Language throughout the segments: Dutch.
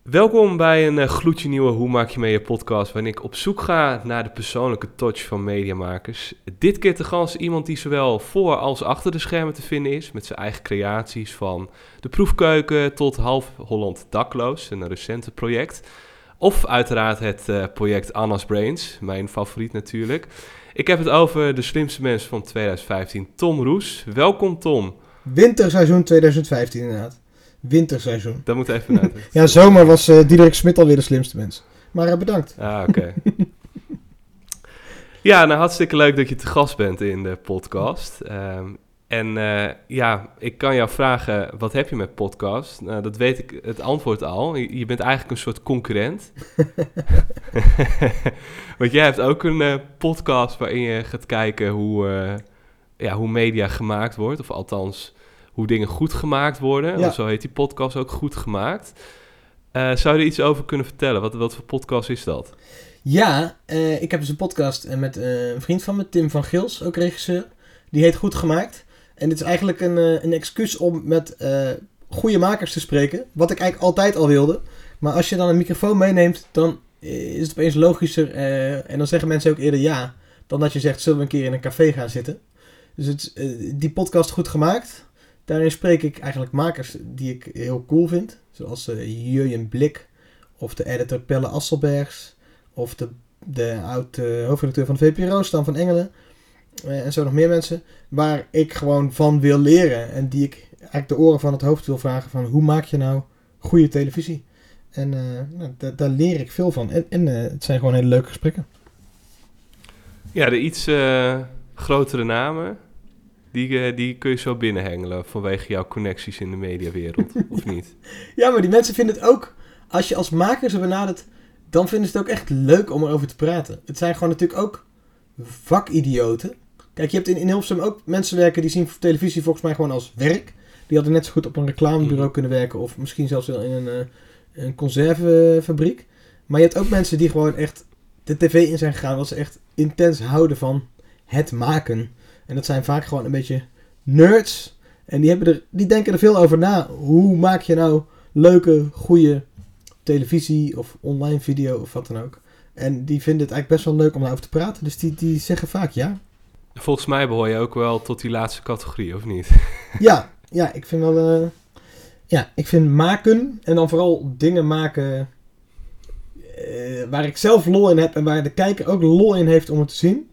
Welkom bij een gloedje nieuwe Hoe Maak Je Mee Je podcast, waarin ik op zoek ga naar de persoonlijke touch van mediamakers. Dit keer te gast iemand die zowel voor als achter de schermen te vinden is, met zijn eigen creaties van de proefkeuken tot Half Holland Dakloos, een recente project. Of uiteraard het project Anna's Brains, mijn favoriet natuurlijk. Ik heb het over de slimste mens van 2015, Tom Roes. Welkom Tom. Winterseizoen 2015 inderdaad. Winterseizoen. Dat moet even uit. Ja, zomer was Diederik Smit alweer de slimste mens. Maar bedankt. Oké. Ja, nou hartstikke leuk dat je te gast bent in de podcast. Ik kan jou vragen, wat heb je met podcast? Nou, dat weet ik het antwoord al. Je bent eigenlijk een soort concurrent. Want jij hebt ook een podcast waarin je gaat kijken hoe media gemaakt wordt. Of althans, hoe dingen goed gemaakt worden. Ja. Of zo heet die podcast ook, Goed Gemaakt. Zou je er iets over kunnen vertellen? Wat voor podcast is dat? Ja, ik heb dus een podcast met een vriend van me, Tim van Gils, ook regisseur. Die heet Goed Gemaakt. En dit is eigenlijk een excuus om met goede makers te spreken. Wat ik eigenlijk altijd al wilde. Maar als je dan een microfoon meeneemt, dan is het opeens logischer. En dan zeggen mensen ook eerder ja. Dan dat je zegt, zullen we een keer in een café gaan zitten. Dus die podcast Goed Gemaakt. Daarin spreek ik eigenlijk makers die ik heel cool vind. Zoals Jurjen Blik. Of de editor Pelle Asselbergs. Of de oud-hoofdredacteur van de VPRO, Stan van Engelen. En zo nog meer mensen. Waar ik gewoon van wil leren. En die ik eigenlijk de oren van het hoofd wil vragen van hoe maak je nou goede televisie? En daar leer ik veel van. En het zijn gewoon hele leuke gesprekken. Ja, de iets grotere namen, die kun je zo binnenhengelen vanwege jouw connecties in de mediawereld, of niet? Ja, maar die mensen vinden het ook, als je als maker ze benadert, dan vinden ze het ook echt leuk om erover te praten. Het zijn gewoon natuurlijk ook vakidioten. Kijk, je hebt in Hilversum ook mensen werken die zien televisie volgens mij gewoon als werk. Die hadden net zo goed op een reclamebureau kunnen werken of misschien zelfs wel in een conservefabriek. Maar je hebt ook mensen die gewoon echt de tv in zijn gegaan, wat ze echt intens houden van het maken. En dat zijn vaak gewoon een beetje nerds. En die denken er veel over na. Hoe maak je nou leuke, goede televisie of online video of wat dan ook. En die vinden het eigenlijk best wel leuk om daarover te praten. Dus die zeggen vaak ja. Volgens mij behoor je ook wel tot die laatste categorie, of niet? Ja, ik vind wel... ik vind maken en dan vooral dingen maken waar ik zelf lol in heb en waar de kijker ook lol in heeft om het te zien.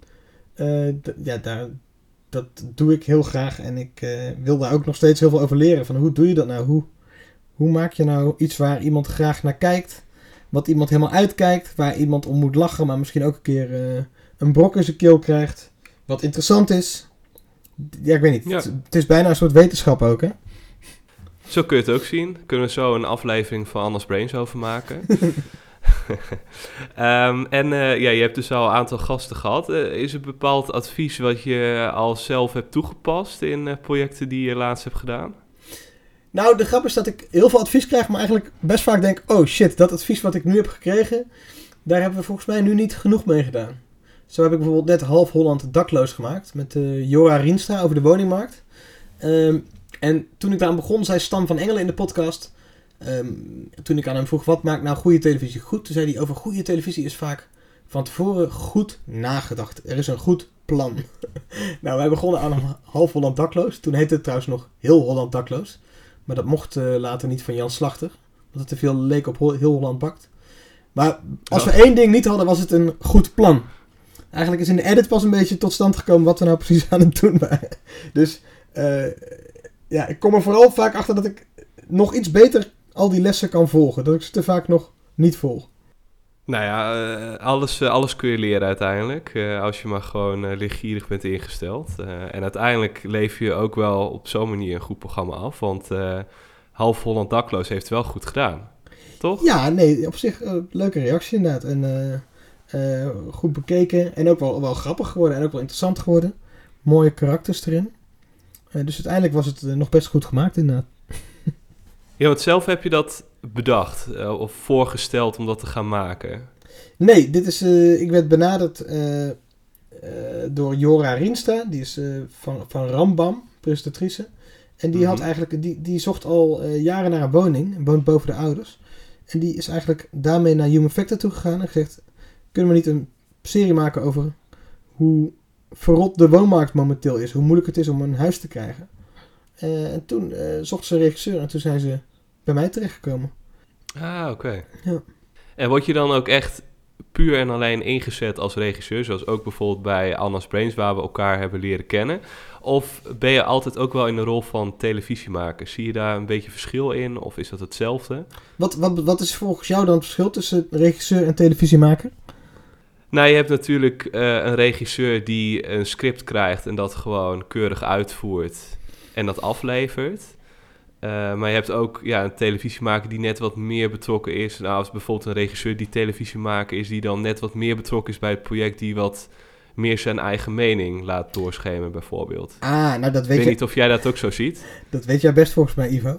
Dat doe ik heel graag en ik wil daar ook nog steeds heel veel over leren. Van hoe doe je dat nou? Hoe maak je nou iets waar iemand graag naar kijkt? Wat iemand helemaal uitkijkt, waar iemand om moet lachen, maar misschien ook een keer een brok in zijn keel krijgt. Wat interessant is. Ja, ik weet niet. Ja. Het is bijna een soort wetenschap ook, hè? Zo kun je het ook zien. Kunnen we zo een aflevering van Anna's Brains over maken. Je hebt dus al een aantal gasten gehad. Is er bepaald advies wat je al zelf hebt toegepast in projecten die je laatst hebt gedaan? Nou, de grap is dat ik heel veel advies krijg, maar eigenlijk best vaak denk, oh shit, dat advies wat ik nu heb gekregen, daar hebben we volgens mij nu niet genoeg mee gedaan. Zo heb ik bijvoorbeeld net Half Holland Dakloos gemaakt met Jora Rienstra over de woningmarkt. En toen ik daaraan begon, zei Stan van Engelen in de podcast, toen ik aan hem vroeg, wat maakt nou goede televisie goed? Toen zei hij, over goede televisie is vaak van tevoren goed nagedacht. Er is een goed plan. Nou, wij begonnen aan Half Holland Dakloos. Toen heette het trouwens nog Heel Holland Dakloos. Maar dat mocht later niet van Jan Slachter. Want het te veel leek op Heel Holland Bakt. Maar als we één ding niet hadden, was het een goed plan. Eigenlijk is in de edit pas een beetje tot stand gekomen wat we nou precies aan het doen waren. Dus ik kom er vooral vaak achter dat ik nog iets beter al die lessen kan volgen. Dat ik ze te vaak nog niet volg. Nou ja, alles kun je leren uiteindelijk. Als je maar gewoon leergierig bent ingesteld. En uiteindelijk lever je ook wel op zo'n manier een goed programma af. Want Half Holland Dakloos heeft het wel goed gedaan. Toch? Ja, nee, op zich leuke reactie inderdaad. En goed bekeken. En ook wel grappig geworden. En ook wel interessant geworden. Mooie karakters erin. Dus uiteindelijk was het nog best goed gemaakt inderdaad. Ja, want zelf heb je dat bedacht of voorgesteld om dat te gaan maken? Nee, ik werd benaderd door Jora Rienstra. Die is van Rambam, presentatrice. En die had eigenlijk, die zocht al jaren naar een woning. En woont boven de ouders. En die is eigenlijk daarmee naar Human Factor toegegaan en gezegd, kunnen we niet een serie maken over hoe verrot de woonmarkt momenteel is, hoe moeilijk het is om een huis te krijgen. En toen zochten ze een regisseur en toen zijn ze bij mij terechtgekomen. Ah, oké. Ja. En word je dan ook echt puur en alleen ingezet als regisseur, zoals ook bijvoorbeeld bij Anna's Brains, waar we elkaar hebben leren kennen? Of ben je altijd ook wel in de rol van televisiemaker? Zie je daar een beetje verschil in, of is dat hetzelfde? Wat is volgens jou dan het verschil tussen regisseur en televisiemaker? Nou, je hebt natuurlijk een regisseur die een script krijgt en dat gewoon keurig uitvoert en dat aflevert. Maar je hebt ook een televisiemaker die net wat meer betrokken is. Nou, als bijvoorbeeld een regisseur die televisiemaker is, die dan net wat meer betrokken is bij het project, die wat meer zijn eigen mening laat doorschemeren, bijvoorbeeld. Nou dat weet je. Ik weet niet of jij dat ook zo ziet. Dat weet jij best volgens mij, Ivo.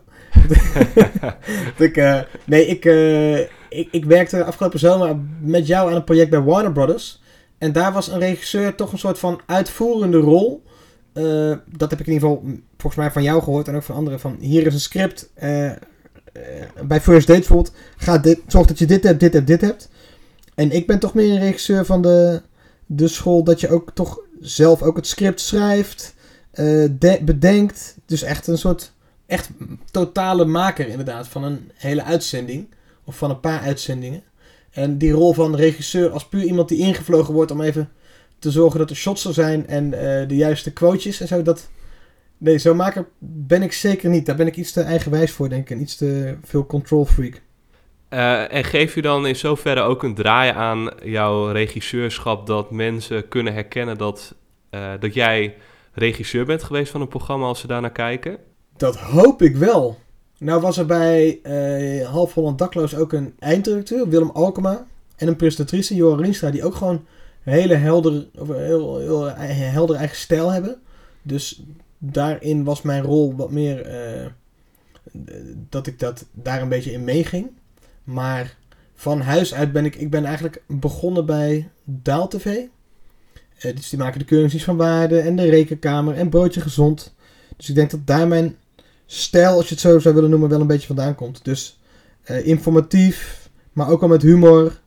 Ik werkte afgelopen zomer met jou aan een project bij Warner Brothers. En daar was een regisseur toch een soort van uitvoerende rol. Dat heb ik in ieder geval volgens mij van jou gehoord en ook van anderen. Van hier is een script. Bij First Date bijvoorbeeld. Zorg dat je dit hebt. En ik ben toch meer een regisseur van de school dat je ook toch zelf ook het script schrijft. Bedenkt. Dus echt een soort echt totale maker inderdaad van een hele uitzending. Of van een paar uitzendingen. En die rol van regisseur als puur iemand die ingevlogen wordt om even te zorgen dat er shots er zijn en de juiste quotejes en zo. Nee, zo'n maker ben ik zeker niet. Daar ben ik iets te eigenwijs voor, denk ik. En iets te veel control freak. En geef je dan in zoverre ook een draai aan jouw regisseurschap dat mensen kunnen herkennen dat jij regisseur bent geweest van een programma als ze daarnaar kijken? Dat hoop ik wel. Nou was er bij Half Holland Dakloos ook een eindredacteur, Willem Alkema. En een presentatrice, Johan Rienstra, die ook gewoon een hele heel helder eigen stijl hebben. Dus daarin was mijn rol wat meer dat ik daar een beetje in meeging. Maar van huis uit ben ik eigenlijk begonnen bij Daal TV. Dus die maken de Keuringsdienst van Waarde en de Rekenkamer en Broodje Gezond. Dus ik denk dat daar mijn stijl, als je het zo zou willen noemen, wel een beetje vandaan komt. Dus informatief, maar ook al met humor.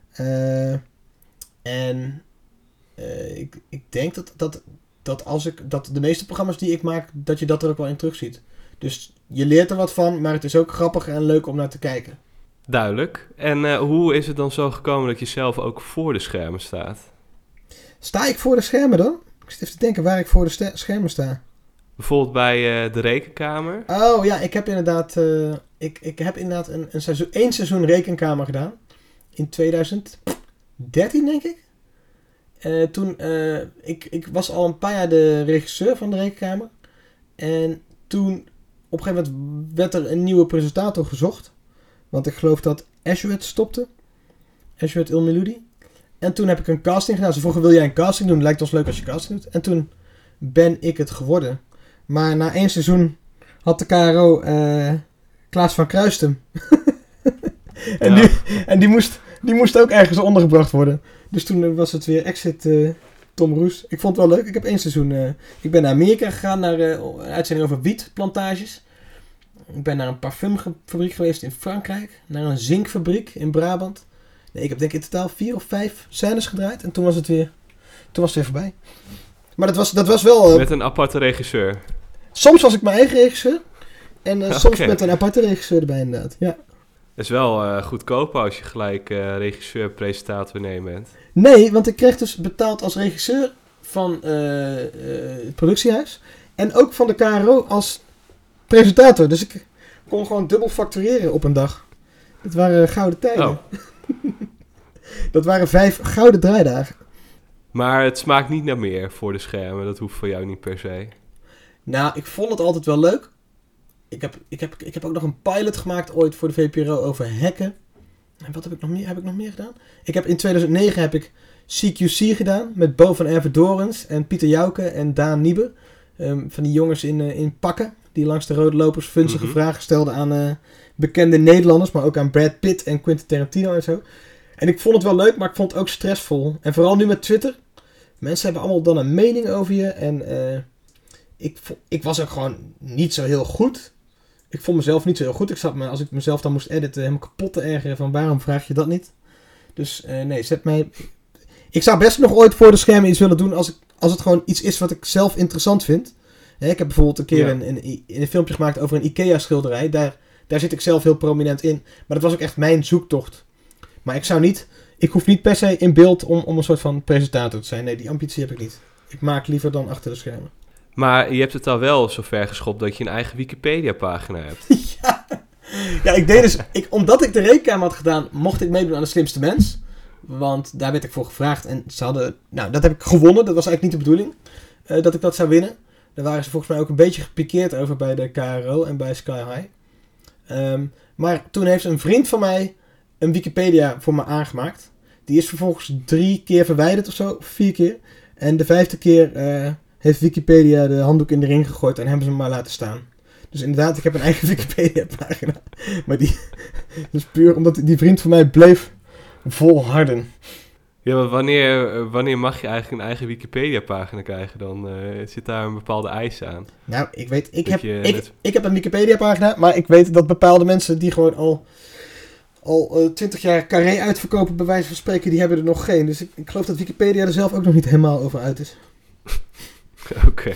Ik denk dat de meeste programma's die ik maak, dat je dat er ook wel in terugziet. Dus je leert er wat van, maar het is ook grappig en leuk om naar te kijken. Duidelijk. En hoe is het dan zo gekomen dat je zelf ook voor de schermen staat? Sta ik voor de schermen dan? Ik zit even te denken waar ik voor de schermen sta. Bijvoorbeeld bij de Rekenkamer? Oh ja, ik heb inderdaad, één seizoen Rekenkamer gedaan. In 2013 denk ik. Ik was al een paar jaar de regisseur van de Rekenkamer. En toen op een gegeven moment werd er een nieuwe presentator gezocht. Want ik geloof dat Ashwet stopte. Ashwet Ilmiloudi. En toen heb ik een casting gedaan. Ze vroegen, wil jij een casting doen? Lijkt ons leuk als je casting doet. En toen ben ik het geworden. Maar na 1 seizoen had de KRO Klaas van Kruistem. En die moest ook ergens ondergebracht worden. Dus toen was het weer exit Tom Roes. Ik vond het wel leuk. Ik heb 1 seizoen... ik ben naar Amerika gegaan, naar een uitzending over wietplantages. Ik ben naar een parfumfabriek geweest in Frankrijk. Naar een zinkfabriek in Brabant. Nee, ik heb denk ik in totaal 4 of 5 scènes gedraaid. En toen was het weer voorbij. Maar dat was wel... met een aparte regisseur? Soms was ik mijn eigen regisseur. En soms met een aparte regisseur erbij inderdaad. Ja. Het is wel goedkoper als je gelijk regisseur-presentator nemen bent. Nee, want ik kreeg dus betaald als regisseur van het productiehuis. En ook van de KRO als presentator. Dus ik kon gewoon dubbel factureren op een dag. Dat waren gouden tijden. Oh. Dat waren 5 gouden draaidagen. Maar het smaakt niet naar meer voor de schermen. Dat hoeft voor jou niet per se. Nou, ik vond het altijd wel leuk. Ik heb ook nog een pilot gemaakt ooit voor de VPRO over hacken. En wat heb ik nog meer gedaan? In 2009 heb ik CQC gedaan met Bo van Ervedorens en Pieter Jouke en Daan Niebe. Van die jongens in pakken die langs de rode lopers vunzige vragen stelden aan bekende Nederlanders, maar ook aan Brad Pitt en Quentin Tarantino en zo. En ik vond het wel leuk, maar ik vond het ook stressvol. En vooral nu met Twitter. Mensen hebben allemaal dan een mening over je. En ik was ook gewoon niet zo heel goed. Ik vond mezelf niet zo heel goed. Ik zat me, als ik mezelf dan moest editen, helemaal kapot te ergeren van waarom vraag je dat niet? Dus nee, zet mij... Ik zou best nog ooit voor de schermen iets willen doen als het gewoon iets is wat ik zelf interessant vind. Ik heb bijvoorbeeld een keer een filmpje gemaakt over een IKEA schilderij. Daar zit ik zelf heel prominent in. Maar dat was ook echt mijn zoektocht. Maar ik hoef niet per se in beeld om een soort van presentator te zijn. Nee, die ambitie heb ik niet. Ik maak liever dan achter de schermen. Maar je hebt het al wel zo ver geschopt dat je een eigen Wikipedia-pagina hebt. Ja, ik deed dus... Omdat ik de rekenkamer had gedaan, mocht ik meedoen aan de slimste mens. Want daar werd ik voor gevraagd. En ze hadden... Nou, dat heb ik gewonnen. Dat was eigenlijk niet de bedoeling. Dat ik dat zou winnen. Daar waren ze volgens mij ook een beetje gepikeerd over bij de KRO en bij Sky High. Maar toen heeft een vriend van mij een Wikipedia voor me aangemaakt. Die is vervolgens 3 keer verwijderd of zo. 4 keer. En de 5e keer heeft Wikipedia de handdoek in de ring gegooid en hebben ze hem maar laten staan. Dus inderdaad, ik heb een eigen Wikipedia-pagina. Maar die is puur omdat die vriend van mij bleef volharden. Ja, maar wanneer mag je eigenlijk een eigen Wikipedia-pagina krijgen? Dan zit daar een bepaalde eis aan. Nou, ik weet, ik heb een Wikipedia-pagina, maar ik weet dat bepaalde mensen die gewoon al 20 jaar carré uitverkopen, bij wijze van spreken, die hebben er nog geen. Dus ik geloof dat Wikipedia er zelf ook nog niet helemaal over uit is. Oké.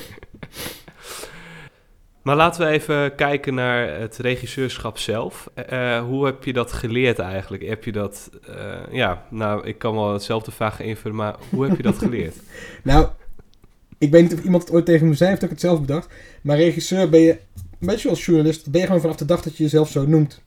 Maar laten we even kijken naar het regisseurschap zelf. Hoe heb je dat geleerd eigenlijk? Heb je dat... ik kan wel hetzelfde vraag invullen, maar hoe heb je dat geleerd? Nou, ik weet niet of iemand het ooit tegen me zei of dat ik het zelf bedacht. Maar regisseur ben je, een beetje zoals journalist, ben je gewoon vanaf de dag dat je jezelf zo noemt.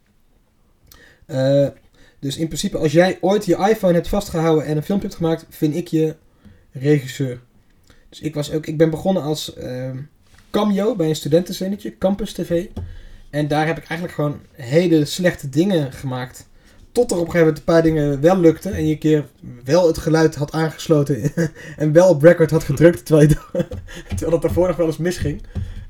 Dus in principe, als jij ooit je iPhone hebt vastgehouden en een filmpje hebt gemaakt, vind ik je regisseur. Dus ik ben begonnen als cameo bij een studentenzinnetje, Campus TV. En daar heb ik eigenlijk gewoon hele slechte dingen gemaakt. Tot er op een gegeven moment een paar dingen wel lukten. En je een keer wel het geluid had aangesloten. En wel op record had gedrukt. Terwijl dat daarvoor nog wel eens misging.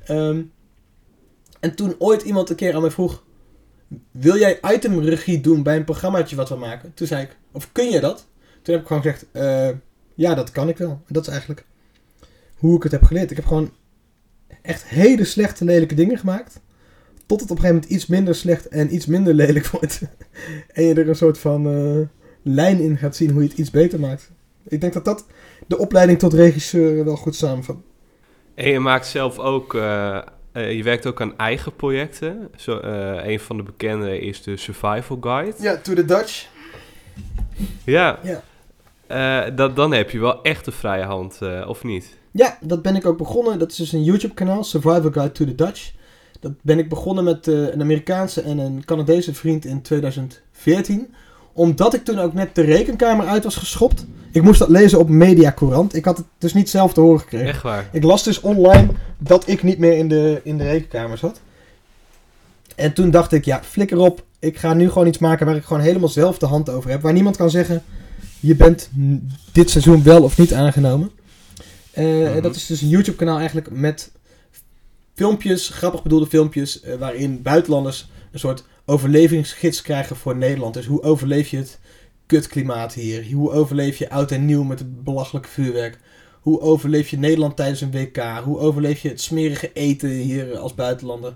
En toen ooit iemand een keer aan mij vroeg: wil jij itemregie doen bij een programmaatje wat we maken? Toen zei ik: of kun je dat? Toen heb ik gewoon gezegd: ja, dat kan ik wel. En dat is eigenlijk hoe ik het heb geleerd. Ik heb gewoon echt hele slechte, lelijke dingen gemaakt. Tot het op een gegeven moment iets minder slecht en iets minder lelijk wordt. En je er een soort van lijn in gaat zien hoe je het iets beter maakt. Ik denk dat de opleiding tot regisseur wel goed samenvat. En je maakt zelf ook... je werkt ook aan eigen projecten. Een van de bekende is de Survival Guide. Ja, To The Dutch. Ja. Dan heb je wel echt de vrije hand, of niet? Ja, dat ben ik ook begonnen. Dat is dus een YouTube-kanaal, Survival Guide to the Dutch. Dat ben ik begonnen met een Amerikaanse en een Canadese vriend in 2014. Omdat ik toen ook net de rekenkamer uit was geschopt. Ik moest dat lezen op Mediacourant. Ik had het dus niet zelf te horen gekregen. Echt waar? Ik las dus online dat ik niet meer in de rekenkamer zat. En toen dacht ik, ja, flikker op. Ik ga nu gewoon iets maken waar ik gewoon helemaal zelf de hand over heb. Waar niemand kan zeggen, je bent dit seizoen wel of niet aangenomen. Dat is dus een YouTube-kanaal eigenlijk met filmpjes, grappig bedoelde filmpjes, waarin buitenlanders een soort overlevingsgids krijgen voor Nederland. Dus hoe overleef je het kutklimaat hier? Hoe overleef je oud en nieuw met het belachelijke vuurwerk? Hoe overleef je Nederland tijdens een WK? Hoe overleef je het smerige eten hier als buitenlander?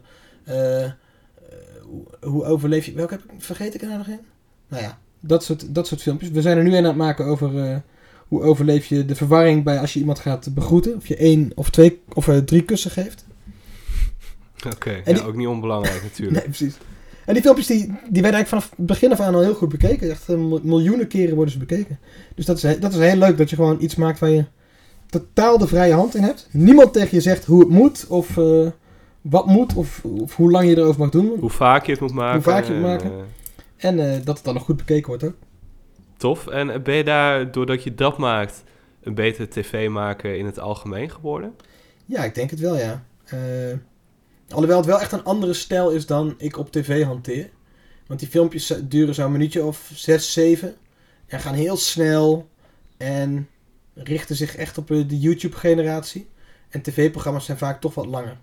Hoe overleef je... Welke vergeet ik er nou nog in? Nou ja, dat soort filmpjes. We zijn er nu aan het maken over... hoe overleef je de verwarring bij als je iemand gaat begroeten? Of je 1 of 2 of 3 kussen geeft. Oké, ja, ook niet onbelangrijk natuurlijk. Nee, precies. En die filmpjes die werden eigenlijk vanaf het begin af aan al heel goed bekeken. Echt miljoenen keren worden ze bekeken. Dus dat is heel leuk dat je gewoon iets maakt waar je totaal de vrije hand in hebt. Niemand tegen je zegt hoe het moet of wat moet of hoe lang je erover mag doen. Hoe vaak je het moet maken. En dat het dan nog goed bekeken wordt ook. Tof. En ben je daar, doordat je dat maakt, een betere tv-maker in het algemeen geworden? Ja, ik denk het wel, ja. Alhoewel het wel echt een andere stijl is dan ik op tv hanteer. Want die filmpjes duren zo'n minuutje of 6, 7. En gaan heel snel. En richten zich echt op de YouTube-generatie. En tv-programma's zijn vaak toch wat langer.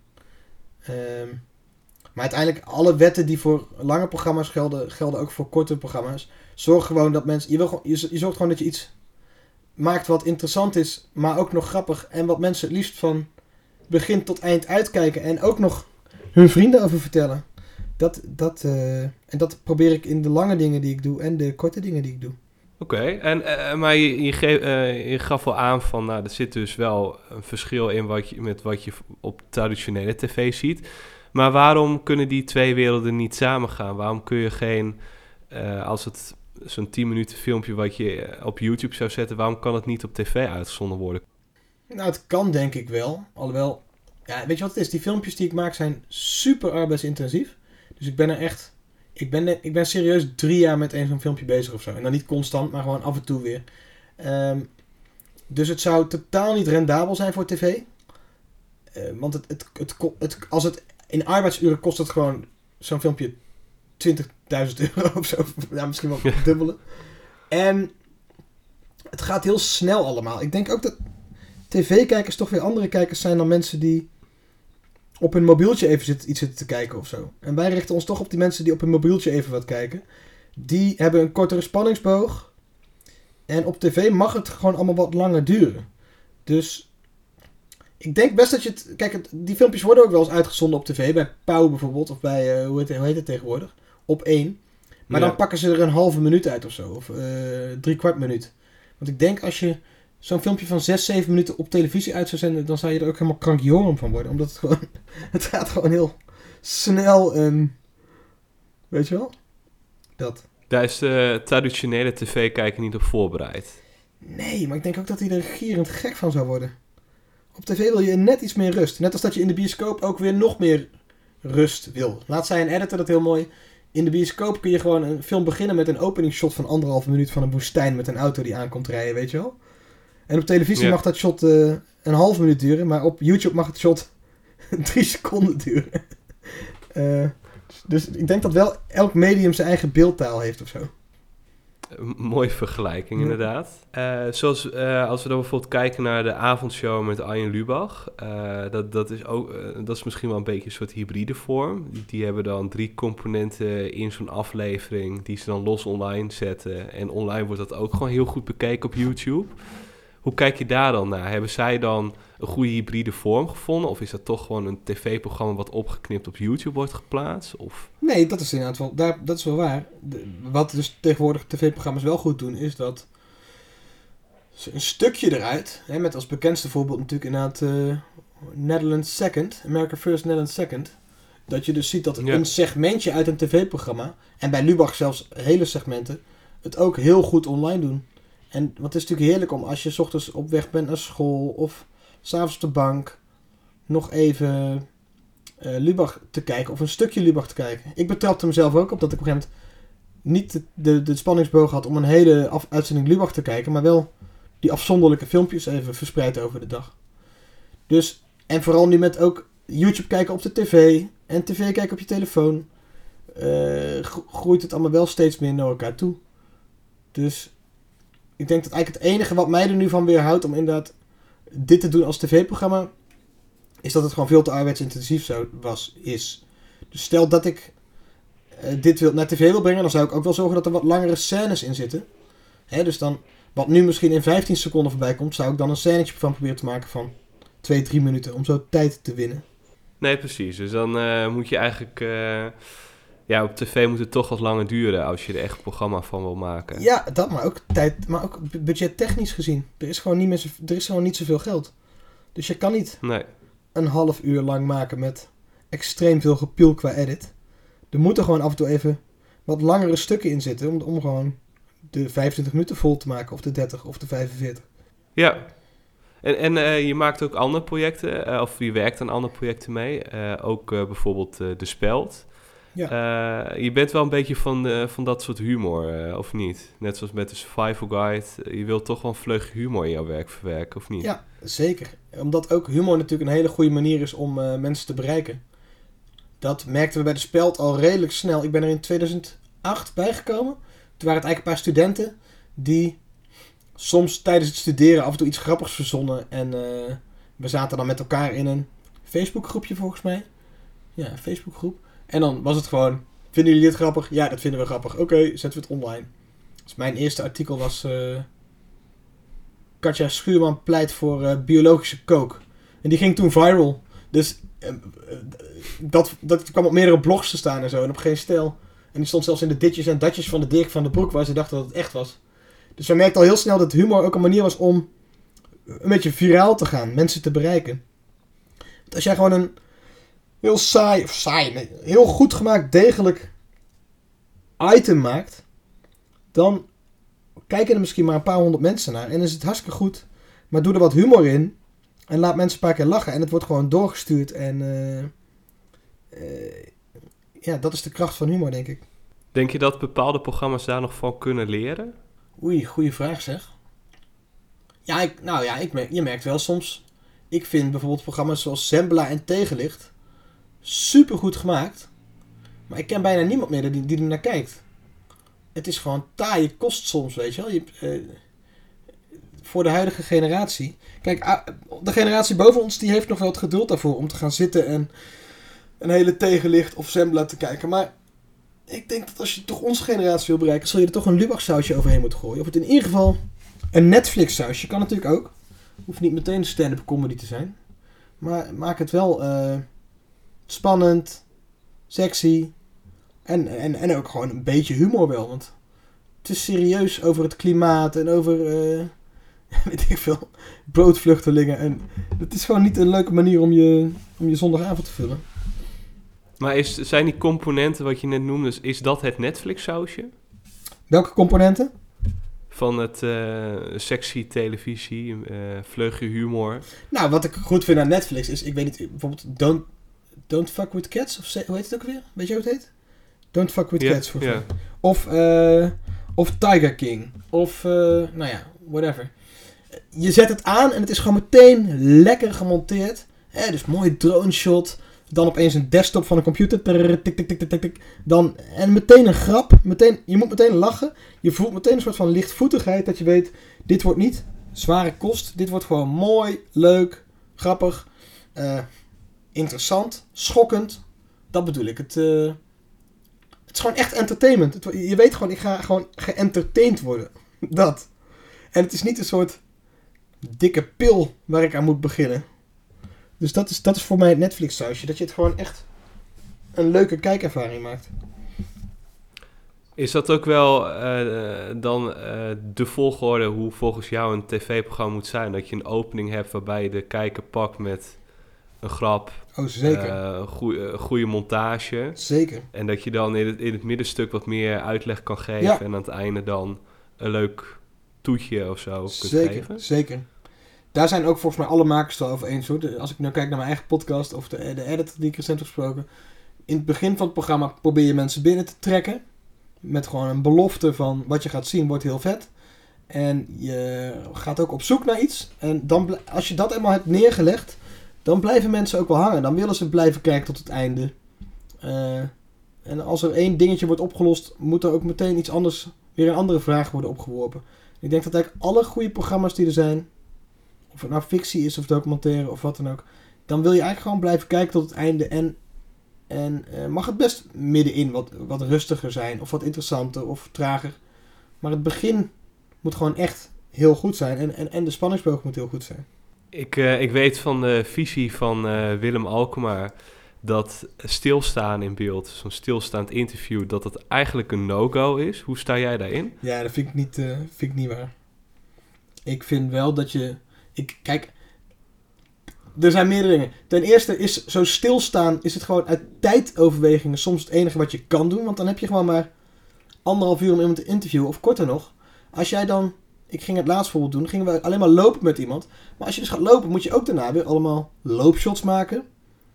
Maar uiteindelijk, alle wetten die voor lange programma's gelden ook voor korte programma's. Zorg gewoon dat mensen... Je zorgt gewoon dat je iets maakt wat interessant is, maar ook nog grappig. En wat mensen het liefst van begin tot eind uitkijken. En ook nog hun vrienden over vertellen. En dat probeer ik in de lange dingen die ik doe en de korte dingen die ik doe. Oké, maar je gaf wel aan van, nou, er zit dus wel een verschil in met wat je op traditionele tv ziet. Maar waarom kunnen die twee werelden niet samengaan? Waarom kun je geen, als het zo'n 10 minuten filmpje wat je op YouTube zou zetten, waarom kan het niet op tv uitgezonden worden? Nou, het kan denk ik wel. Alhoewel, ja, weet je wat het is? Die filmpjes die ik maak zijn super arbeidsintensief. Dus ik ben er echt... Ik ben serieus 3 jaar met zo'n filmpje bezig of zo. En dan niet constant, maar gewoon af en toe weer. Dus het zou totaal niet rendabel zijn voor tv. Want als het in arbeidsuren kost het gewoon zo'n filmpje 20.000 euro of zo. Ja, misschien wel het dubbele. En het gaat heel snel allemaal. Ik denk ook dat tv-kijkers toch weer andere kijkers zijn dan mensen die op hun mobieltje even iets zitten te kijken of zo. En wij richten ons toch op die mensen die op hun mobieltje even wat kijken. Die hebben een kortere spanningsboog. En op tv mag het gewoon allemaal wat langer duren. Dus ik denk best dat je het... Kijk, die filmpjes worden ook wel eens uitgezonden op tv. Bij Pauw bijvoorbeeld. Of bij, hoe heet het tegenwoordig? Op 1. Maar dan pakken ze er een halve minuut uit of zo. Of 3/4 minuut. Want ik denk als je zo'n filmpje van 6-7 minuten op televisie uit zou zenden, dan zou je er ook helemaal krankjorum van worden. Omdat het gewoon... Het gaat gewoon heel snel en... Weet je wel? Dat. Daar is de traditionele tv-kijker niet op voorbereid. Nee, maar ik denk ook dat hij er gierend gek van zou worden. Op tv wil je net iets meer rust. Net als dat je in de bioscoop ook weer nog meer rust wil. Laat zij een editor dat heel mooi. In de bioscoop kun je gewoon een film beginnen met een opening shot van 1,5 minuut van een woestijn met een auto die aankomt rijden, weet je wel? En op televisie mag dat shot een half minuut duren, maar op YouTube mag het shot 3 seconden duren. Dus ik denk dat wel elk medium zijn eigen beeldtaal heeft of zo. Mooie vergelijking, inderdaad. Zoals als we dan bijvoorbeeld kijken naar de avondshow met Arjen Lubach. Dat is misschien wel een beetje een soort hybride vorm. Die hebben dan 3 componenten in zo'n aflevering die ze dan los online zetten. En online wordt dat ook gewoon heel goed bekeken op YouTube. Hoe kijk je daar dan naar? Hebben zij dan een goede hybride vorm gevonden? Of is dat toch gewoon een tv-programma wat opgeknipt op YouTube wordt geplaatst? Of... Nee, dat is inderdaad wel, dat is wel waar. Wat dus tegenwoordig tv-programma's wel goed doen, is dat ze een stukje eruit, hè, met als bekendste voorbeeld natuurlijk inderdaad Netherlands Second, America First, Netherlands Second. Dat je dus ziet dat een segmentje uit een tv-programma, en bij Lubach zelfs hele segmenten, het ook heel goed online doen. En wat is natuurlijk heerlijk om als je 's ochtends op weg bent naar school of 's avonds op de bank nog even Lubach te kijken of een stukje Lubach te kijken. Ik betrapte mezelf ook op dat ik op een gegeven moment niet de spanningsboog had om een hele uitzending Lubach te kijken, maar wel die afzonderlijke filmpjes even verspreid over de dag. Dus, en vooral nu met ook YouTube kijken op de tv en tv kijken op je telefoon, groeit het allemaal wel steeds meer naar elkaar toe. Dus ik denk dat eigenlijk het enige wat mij er nu van weerhoudt om inderdaad dit te doen als tv-programma, is dat het gewoon veel te arbeidsintensief is. Dus stel dat ik dit naar tv wil brengen, dan zou ik ook wel zorgen dat er wat langere scènes in zitten. Hè, dus dan, wat nu misschien in 15 seconden voorbij komt, zou ik dan een scènetje van proberen te maken van 2-3 minuten, om zo tijd te winnen. Nee, precies. Dus dan moet je eigenlijk... op tv moet het toch wat langer duren als je er echt een programma van wil maken. Ja, dat, maar ook budgettechnisch gezien. Er is gewoon niet zoveel geld. Dus je kan niet een half uur lang maken met extreem veel gepiel qua edit. Er moeten gewoon af en toe even wat langere stukken in zitten om gewoon de 25 minuten vol te maken, of de 30 of de 45. Ja. En je maakt ook andere projecten, of je werkt aan andere projecten mee. Ook bijvoorbeeld De Speld. Ja. Je bent wel een beetje van dat soort humor, of niet? Net zoals met de Survival Guide. Je wilt toch wel een vleug humor in jouw werk verwerken, of niet? Ja, zeker. Omdat ook humor natuurlijk een hele goede manier is om mensen te bereiken. Dat merkten we bij De Speld al redelijk snel. Ik ben er in 2008 bijgekomen. Toen waren het eigenlijk een paar studenten die soms tijdens het studeren af en toe iets grappigs verzonnen. En we zaten dan met elkaar in een Facebookgroepje volgens mij. Ja, een Facebookgroep. En dan was het gewoon, vinden jullie dit grappig? Ja, dat vinden we grappig. Oké, zetten we het online. Dus mijn eerste artikel was Katja Schuurman pleit voor biologische kook. En die ging toen viral. Dus Dat kwam op meerdere blogs te staan en zo. En op geen stijl. En die stond zelfs in de ditjes en datjes van de Dirk van den Broek, waar ze dachten dat het echt was. Dus we merkten al heel snel dat humor ook een manier was om een beetje viraal te gaan. Mensen te bereiken. Want als jij gewoon een heel heel goed gemaakt, degelijk item maakt, dan kijken er misschien maar een paar honderd mensen naar. En is het hartstikke goed. Maar doe er wat humor in. En laat mensen een paar keer lachen. En het wordt gewoon doorgestuurd. En dat is de kracht van humor, denk ik. Denk je dat bepaalde programma's daar nog van kunnen leren? Oei, goede vraag zeg. Je merkt wel soms. Ik vind bijvoorbeeld programma's zoals Zembla en Tegenlicht super goed gemaakt. Maar ik ken bijna niemand meer die er naar kijkt. Het is gewoon taaie kost soms, weet je wel. Voor de huidige generatie. Kijk, de generatie boven ons die heeft nog wel het geduld daarvoor om te gaan zitten en een hele Tegenlicht of Zembla te kijken. Maar ik denk dat als je toch onze generatie wil bereiken, zul je er toch een Lubach sausje overheen moeten gooien. Of het in ieder geval een Netflix sausje. Kan natuurlijk ook. Hoeft niet meteen een stand-up comedy te zijn. Maar maak het wel spannend, sexy en ook gewoon een beetje humor wel. Want het is serieus over het klimaat en over, weet ik veel, broodvluchtelingen. En het is gewoon niet een leuke manier om je zondagavond te vullen. Maar zijn die componenten wat je net noemde, is dat het Netflix-sausje? Welke componenten? Van het sexy televisie, vleugje humor. Nou, wat ik goed vind aan Netflix is, ik weet niet, bijvoorbeeld Don't Fuck With Cats, of hoe heet het ook weer? Weet je hoe het heet? Don't Fuck With Cats, voor mij. Of Tiger King, of, whatever. Je zet het aan en het is gewoon meteen lekker gemonteerd. Dus mooi drone shot. Dan opeens een desktop van een computer. Tik, tik, tik, tik, tik, tik. En meteen een grap. Je moet meteen lachen. Je voelt meteen een soort van lichtvoetigheid. Dat je weet, dit wordt niet zware kost. Dit wordt gewoon mooi, leuk, grappig, interessant, schokkend. Dat bedoel ik. Het is gewoon echt entertainment. Je weet gewoon, ik ga gewoon geëntertained worden. Dat. En het is niet een soort dikke pil waar ik aan moet beginnen. Dus dat is voor mij het Netflix-sausje. Dat je het gewoon echt een leuke kijkervaring maakt. Is dat ook wel de volgorde hoe volgens jou een tv-programma moet zijn? Dat je een opening hebt waarbij je de kijker pakt met een grap. Oh, zeker. Goede montage. Zeker. En dat je dan in het middenstuk wat meer uitleg kan geven. Ja. En aan het einde dan een leuk toetje of zo kunt geven. Zeker. Daar zijn ook volgens mij alle makers wel over eens. Hoor. Als ik nu kijk naar mijn eigen podcast of de editor die ik recent heb gesproken. In het begin van het programma probeer je mensen binnen te trekken. Met gewoon een belofte van wat je gaat zien wordt heel vet. En je gaat ook op zoek naar iets. En dan, als je dat eenmaal hebt neergelegd, dan blijven mensen ook wel hangen. Dan willen ze blijven kijken tot het einde. En als er één dingetje wordt opgelost, moet er ook meteen iets anders, weer een andere vraag worden opgeworpen. Ik denk dat eigenlijk alle goede programma's die er zijn, of het nou fictie is of documentaire of wat dan ook, dan wil je eigenlijk gewoon blijven kijken tot het einde. En mag het best middenin wat rustiger zijn of wat interessanter of trager. Maar het begin moet gewoon echt heel goed zijn en de spanningsboog moet heel goed zijn. Ik weet van de visie van Willem Alkemaar dat stilstaan in beeld, zo'n stilstaand interview, dat het eigenlijk een no-go is. Hoe sta jij daarin? Ja, dat vind ik niet waar. Ik vind wel dat je... Kijk, er zijn meerdere dingen. Ten eerste is zo stilstaan, is het gewoon uit tijdoverwegingen soms het enige wat je kan doen. Want dan heb je gewoon maar 1,5 uur om iemand te interviewen, of korter nog. Als jij dan... Ik ging het laatst bijvoorbeeld doen, gingen we alleen maar lopen met iemand. Maar als je dus gaat lopen, moet je ook daarna weer allemaal loopshots maken.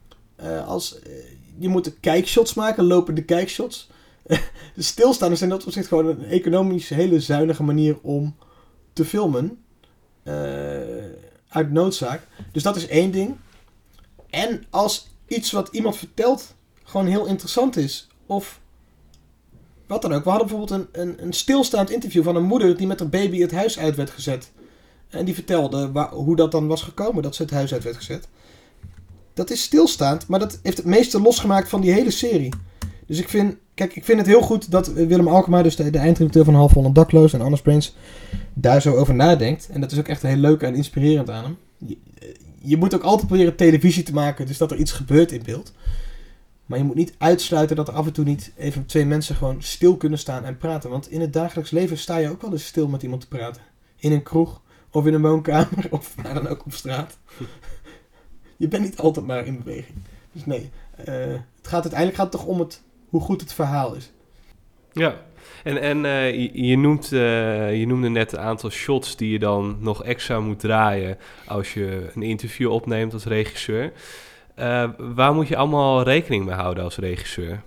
Je moet kijkshots maken, lopende kijkshots. Dus stilstaan is in dat opzicht gewoon een economisch hele zuinige manier om te filmen. Uit noodzaak. Dus dat is één ding. En als iets wat iemand vertelt gewoon heel interessant is, of wat dan ook. We hadden bijvoorbeeld een stilstaand interview van een moeder die met haar baby het huis uit werd gezet. En die vertelde hoe dat dan was gekomen dat ze het huis uit werd gezet. Dat is stilstaand, maar dat heeft het meeste losgemaakt van die hele serie. Dus ik vind het heel goed dat Willem Alkemaar, dus de eindredacteur van Half Holland Dakloos en Anders Brains, daar zo over nadenkt. En dat is ook echt heel leuk en inspirerend aan hem. je moet ook altijd proberen televisie te maken, dus dat er iets gebeurt in beeld. Maar je moet niet uitsluiten dat er af en toe niet even 2 mensen gewoon stil kunnen staan en praten. Want in het dagelijks leven sta je ook wel eens stil met iemand te praten. In een kroeg, of in een woonkamer, of dan ook op straat. Je bent niet altijd maar in beweging. Dus nee, uiteindelijk gaat het toch om hoe goed het verhaal is. Ja, en je noemde net een aantal shots die je dan nog extra moet draaien als je een interview opneemt als regisseur. Waar moet je allemaal rekening mee houden als regisseur?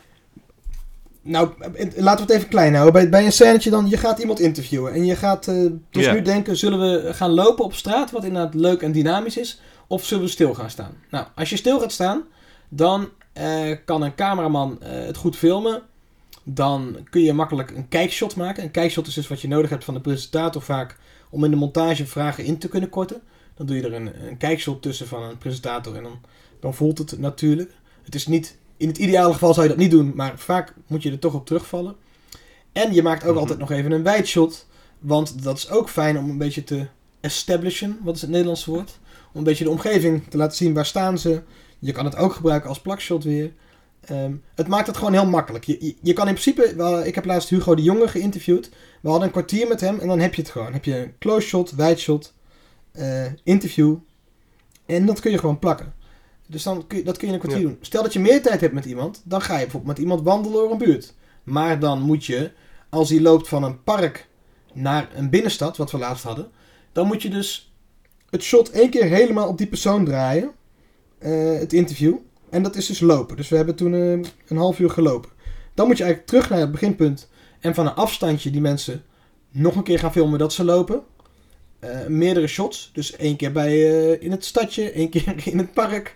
Nou, laten we het even klein houden. Bij een scènetje dan, je gaat iemand interviewen. En je gaat nu denken, zullen we gaan lopen op straat, wat inderdaad leuk en dynamisch is, of zullen we stil gaan staan? Nou, als je stil gaat staan, dan kan een cameraman het goed filmen. Dan kun je makkelijk een kijkshot maken. Een kijkshot is dus wat je nodig hebt van de presentator vaak om in de montage vragen in te kunnen korten. Dan doe je er een kijkshot tussen van een presentator en dan voelt het natuurlijk. Het is niet, in het ideale geval zou je dat niet doen, maar vaak moet je er toch op terugvallen. En je maakt ook altijd nog even een wideshot, want dat is ook fijn om een beetje te establishen, wat is het Nederlandse woord? Om een beetje de omgeving te laten zien, waar staan ze. Je kan het ook gebruiken als plakshot weer. Het maakt het gewoon heel makkelijk. Je kan in principe, ik heb laatst Hugo de Jonge geïnterviewd. We hadden een kwartier met hem en dan heb je het gewoon. Heb je een close shot, wide shot, interview. En dat kun je gewoon plakken. Dus dat kun je in een kwartier doen. Stel dat je meer tijd hebt met iemand, dan ga je bijvoorbeeld met iemand wandelen door een buurt. Maar dan moet je, als hij loopt van een park naar een binnenstad, wat we laatst hadden, dan moet je dus het shot 1 keer helemaal op die persoon draaien. Het interview. En dat is dus lopen. Dus we hebben toen een half uur gelopen. Dan moet je eigenlijk terug naar het beginpunt. En van een afstandje die mensen nog een keer gaan filmen dat ze lopen. Meerdere shots. Dus 1 keer in het stadje. 1 keer in het park.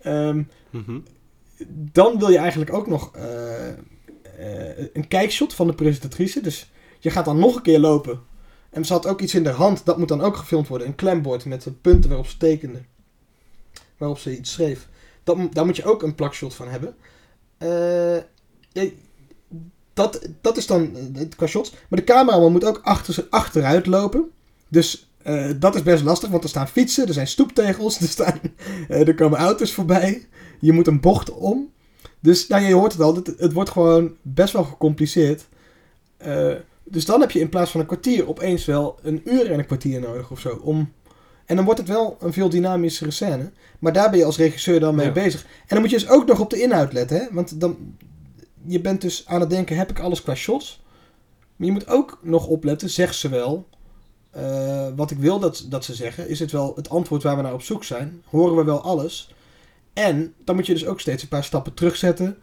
Dan wil je eigenlijk ook nog een kijkshot van de presentatrice. Dus je gaat dan nog een keer lopen. En ze had ook iets in de hand. Dat moet dan ook gefilmd worden. Een klembord met de punten waarop ze tekende. Waarop ze iets schreef. Daar moet je ook een plakshot van hebben. Dat is dan qua shots. Maar de cameraman moet ook achteruit lopen. Dus dat is best lastig, want er staan fietsen, er zijn stoeptegels, er komen auto's voorbij. Je moet een bocht om. Dus je hoort het al, het wordt gewoon best wel gecompliceerd. Dus dan heb je in plaats van een kwartier opeens wel 1 uur en een kwartier nodig of zo. En dan wordt het wel een veel dynamischere scène. Maar daar ben je als regisseur dan mee bezig. En dan moet je dus ook nog op de inhoud letten. Hè? Want je bent dus aan het denken, heb ik alles qua shots? Maar je moet ook nog opletten, zegt ze wel wat ik wil dat ze zeggen? Is het wel het antwoord waar we naar op zoek zijn? Horen we wel alles? En dan moet je dus ook steeds een paar stappen terugzetten.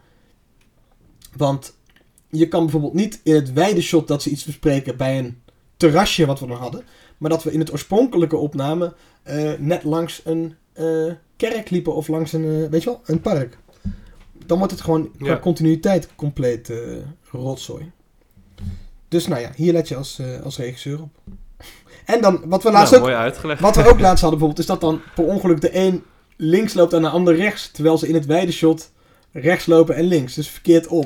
Want je kan bijvoorbeeld niet in het wijde shot dat ze iets bespreken bij een terrasje wat we nog hadden. Maar dat we in het oorspronkelijke opname net langs een kerk liepen of langs een park. Dan wordt het gewoon qua continuïteit compleet rotzooi. Dus hier let je als regisseur op. En dan, wat we laatst mooi uitgelegd. Wat we ook laatst hadden bijvoorbeeld, is dat dan per ongeluk de een links loopt en de ander rechts. Terwijl ze in het wijde shot rechts lopen en links. Dus verkeerd om.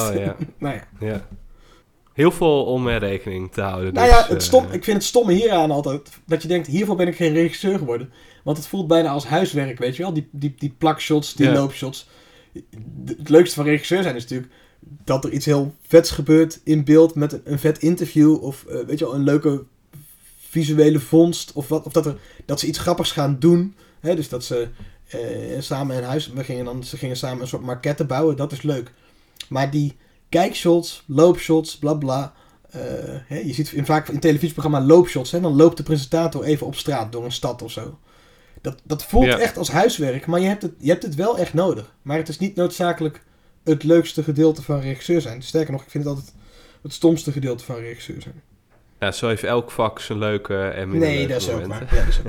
Ja. Heel veel om mee rekening te houden. Ik vind het stomme hieraan altijd. Dat je denkt, hiervoor ben ik geen regisseur geworden. Want het voelt bijna als huiswerk, weet je wel. Die plakshots, die loopshots. Het leukste van regisseur zijn is natuurlijk dat er iets heel vets gebeurt in beeld met een vet interview. Of weet je wel, een leuke visuele vondst. Of dat ze iets grappigs gaan doen. Hè? Dus dat ze samen in huis... Ze gingen samen een soort maquette bouwen. Dat is leuk. Maar die kijkshots, loopshots, bla bla. Je ziet vaak in televisieprogramma loopshots. Hè? Dan loopt de presentator even op straat door een stad of zo. Dat voelt echt als huiswerk. Maar je hebt het wel echt nodig. Maar het is niet noodzakelijk het leukste gedeelte van regisseur zijn. Sterker nog, ik vind het altijd het stomste gedeelte van regisseur zijn. Ja, zo heeft elk vak zijn leuke en minder leuke dat is ook momenten. waar. Ja, dat is ook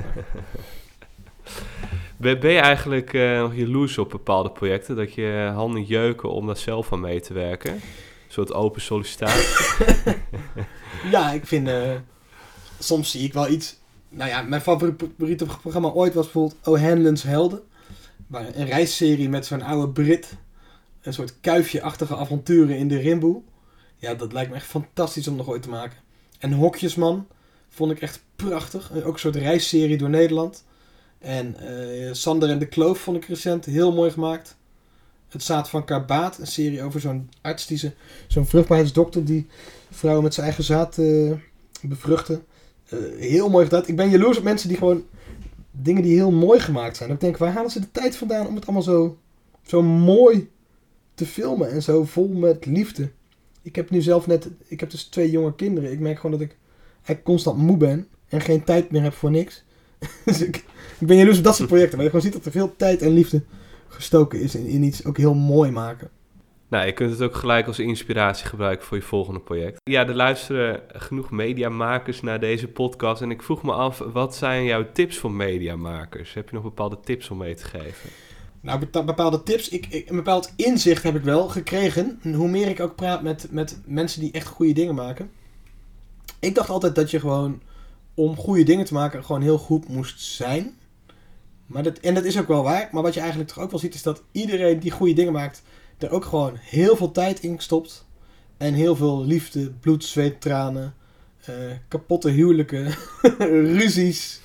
waar. Ben je eigenlijk nog jaloers op bepaalde projecten? Dat je handen jeuken om daar zelf aan mee te werken? Een soort open sollicitatie? Ja, ik vind... soms zie ik wel iets... Nou ja, mijn favoriete programma ooit was bijvoorbeeld O'Hanlon's Helden. Een reisserie met zo'n oude Brit. Een soort kuifje-achtige avonturen in de Rimboe. Ja, dat lijkt me echt fantastisch om nog ooit te maken. En Hokjesman vond ik echt prachtig. Ook een soort reisserie door Nederland. En Sander en de Kloof vond ik recent heel mooi gemaakt. Het Zaad van Karbaat, een serie over zo'n arts, zo'n vruchtbaarheidsdokter die vrouwen met zijn eigen zaad bevruchten. Heel mooi gedaan. Ik ben jaloers op mensen die gewoon dingen die heel mooi gemaakt zijn. Ik denk, waar halen ze de tijd vandaan om het allemaal zo mooi te filmen en zo vol met liefde? Ik heb nu zelf ik heb dus 2 jonge kinderen. Ik merk gewoon dat ik eigenlijk constant moe ben en geen tijd meer heb voor niks. Dus ik ben jaloers op dat soort projecten, waar je gewoon ziet dat er veel tijd en liefde gestoken is in iets ook heel mooi maken. Nou, je kunt het ook gelijk als inspiratie gebruiken voor je volgende project. Ja, er luisteren genoeg mediamakers naar deze podcast. En ik vroeg me af, wat zijn jouw tips voor mediamakers? Heb je nog bepaalde tips om mee te geven? Nou, bepaalde tips. Een bepaald inzicht heb ik wel gekregen. Hoe meer ik ook praat met mensen die echt goede dingen maken. Ik dacht altijd dat je gewoon, om goede dingen te maken, gewoon heel goed moest zijn. En dat is ook wel waar. Maar wat je eigenlijk toch ook wel ziet, is dat iedereen die goede dingen maakt, er ook gewoon heel veel tijd in stopt. En heel veel liefde, bloed, zweet, tranen, kapotte huwelijken, ruzies.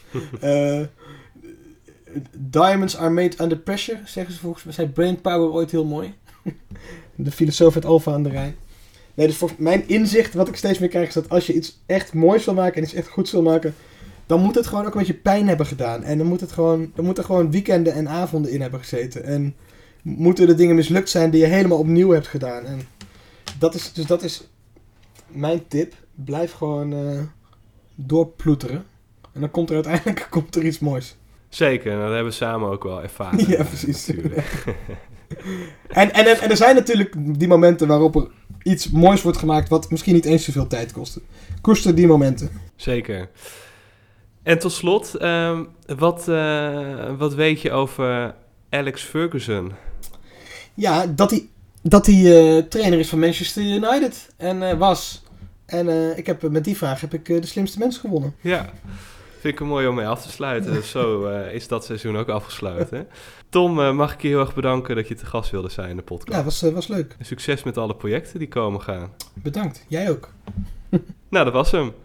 Diamonds are made under pressure, zeggen ze volgens mij. Zei Brainpower ooit heel mooi. De filosoof uit Alphen aan de Rijn. Nee, dus volgens mijn inzicht, wat ik steeds meer krijg, is dat als je iets echt moois wil maken en iets echt goeds wil maken, dan moet het gewoon ook een beetje pijn hebben gedaan. En dan moeten gewoon weekenden en avonden in hebben gezeten. En moeten de dingen mislukt zijn die je helemaal opnieuw hebt gedaan. En dat is mijn tip. Blijf gewoon doorploeteren. En dan komt er uiteindelijk iets moois. Zeker, dat hebben we samen ook wel ervaren. Ja, precies. En er zijn natuurlijk die momenten waarop er iets moois wordt gemaakt wat misschien niet eens zoveel tijd kostte. Koester die momenten. Zeker. En tot slot, wat weet je over Alex Ferguson? Ja, dat hij trainer is van Manchester United en was. En met die vraag heb ik de slimste mens gewonnen. Ja, vind ik een mooi om mee af te sluiten. Dus zo is dat seizoen ook afgesloten. Tom, mag ik je heel erg bedanken dat je te gast wilde zijn in de podcast. Ja, was leuk. En succes met alle projecten die komen gaan. Bedankt, jij ook. Nou, dat was hem.